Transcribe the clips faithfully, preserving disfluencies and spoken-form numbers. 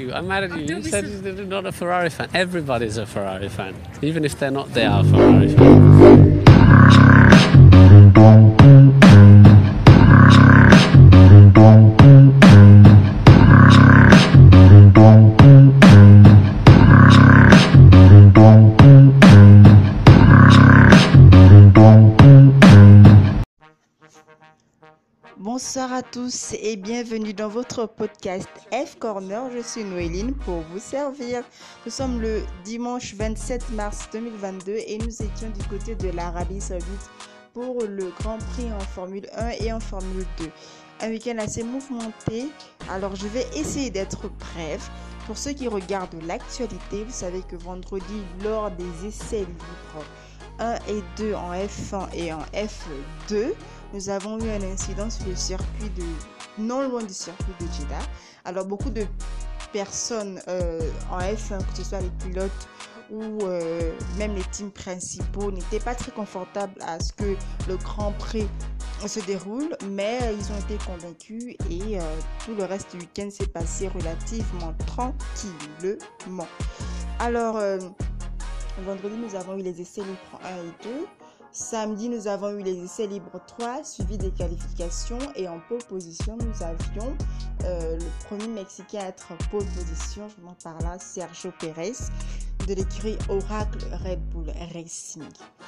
you. I mad at you. You said you're not a Ferrari fan. Everybody's a Ferrari fan. Even if they're not, they are Ferrari fans. Bonsoir à tous et bienvenue dans votre podcast F Corner. Je suis Noéline pour vous servir. Nous sommes le dimanche vingt-sept mars deux mille vingt-deux et nous étions du côté de l'Arabie Saoudite pour le Grand Prix en Formule un et en Formule deux. Un week-end assez mouvementé, alors je vais essayer d'être bref. Pour ceux qui regardent l'actualité, vous savez que vendredi, lors des essais libres un et deux en F un et en F deux, nous avons eu un incident sur le circuit de, non loin du circuit de Jeddah. Alors beaucoup de personnes euh, en F un, que ce soit les pilotes ou euh, même les teams principaux, n'étaient pas très confortables à ce que le Grand Prix se déroule, mais ils ont été convaincus et euh, tout le reste du week-end s'est passé relativement tranquillement. Alors, euh, vendredi, nous avons eu les essais libres un et deux. Samedi, nous avons eu les essais libres trois, suivis des qualifications. Et en pole position, nous avions euh, le premier Mexicain à être pole position, je m'en parle là, Sergio Pérez, de l'écurie Oracle Red Bull Racing.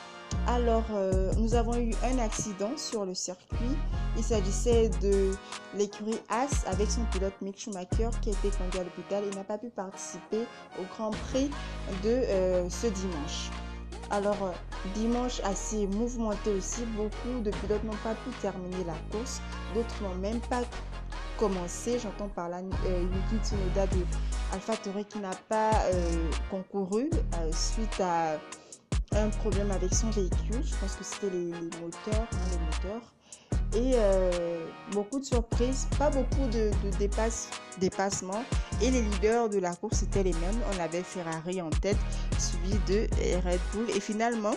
Alors, euh, nous avons eu un accident sur le circuit. Il s'agissait de l'écurie Haas avec son pilote Mick Schumacher qui a été conduit à l'hôpital et n'a pas pu participer au Grand Prix de euh, ce dimanche. Alors, euh, dimanche assez mouvementé aussi, beaucoup de pilotes n'ont pas pu terminer la course, d'autres n'ont même pas commencé. J'entends par là euh, Yuki Tsunoda de AlphaTauri qui n'a pas euh, concouru euh, suite à un problème avec son véhicule. Je pense que c'était les, les moteurs, hein, les moteurs. Et euh, beaucoup de surprises, pas beaucoup de, de dépasse, dépassements. Et les leaders de la course étaient les mêmes. On avait Ferrari en tête, suivi de Red Bull. Et finalement,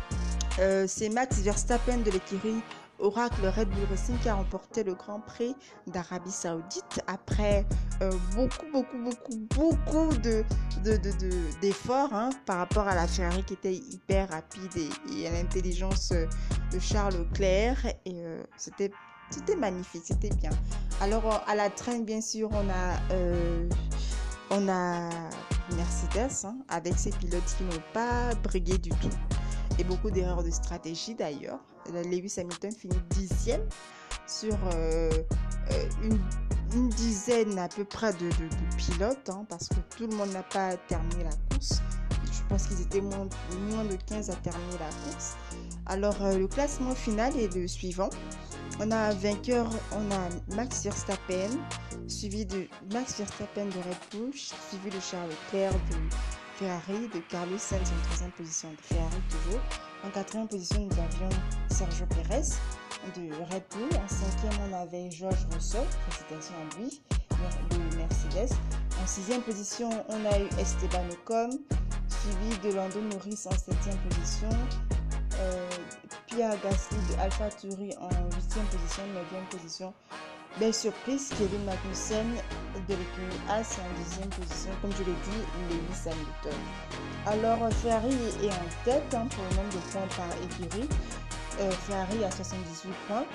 euh, c'est Max Verstappen de l'écurie Oracle Red Bull Racing qui a remporté le Grand Prix d'Arabie Saoudite après euh, beaucoup, beaucoup, beaucoup, beaucoup de, de, de, de, d'efforts hein, par rapport à la Ferrari qui était hyper rapide et, et à l'intelligence de Charles Leclerc. Et euh, c'était, c'était magnifique, c'était bien. Alors, à la traîne, bien sûr, on a, euh, on a Mercedes hein, avec ses pilotes qui n'ont pas brigué du tout. Et beaucoup d'erreurs de stratégie d'ailleurs. Lewis Hamilton finit dixième sur euh, une, une dizaine à peu près de, de, de pilotes hein, parce que tout le monde n'a pas terminé la course. Je pense qu'ils étaient moins, moins de quinze à terminer la course. Alors euh, le classement final est le suivant. On a un vainqueur, on a Max Verstappen, suivi de Max Verstappen de Red Bull, suivi de Charles Leclerc de Ferrari, de Carlos Sainz en troisième position de Ferrari toujours. En quatrième position, nous avions Sergio Pérez de Red Bull. En cinquième, on avait George Russell, félicitations à lui, de Mercedes. En sixième position, on a eu Esteban Ocon, suivi de Lando Norris en septième position. Euh, Pierre Gasly de AlphaTauri en huitième position, neuvième position. Belle surprise, Kevin Magnussen de l'écurie Haas en dixième position, comme je l'ai dit, Lewis Hamilton. Alors Ferrari est en tête hein, pour le nombre de points par écurie. Euh, Ferrari a soixante-dix-huit points,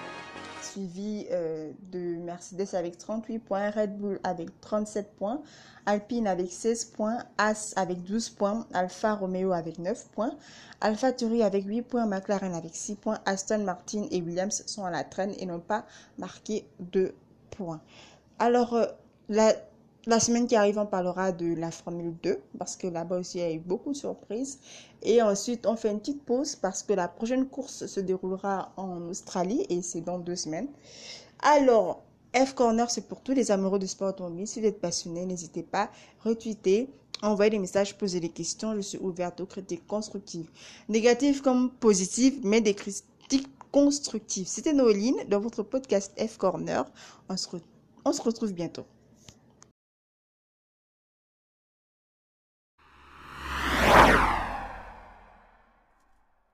suivi euh, de Mercedes avec trente-huit points, Red Bull avec trente-sept points, Alpine avec seize points, Haas avec douze points, Alfa Romeo avec neuf points, AlphaTauri avec huit points, McLaren avec six points, Aston Martin et Williams sont à la traîne et n'ont pas marqué de points. Alors, euh, la, la semaine qui arrive, on parlera de la Formule deux parce que là-bas aussi, il y a eu beaucoup de surprises. Et ensuite, on fait une petite pause parce que la prochaine course se déroulera en Australie et c'est dans deux semaines. Alors, F Corner, c'est pour tous les amoureux de sport automobile. Si vous êtes passionné, n'hésitez pas, retweetez, envoyez des messages, posez des questions. Je suis ouverte aux critiques constructives, négatives comme positives, mais des critiques constructives. C'était Noéline dans votre podcast F Corner. On se, re- on se retrouve bientôt.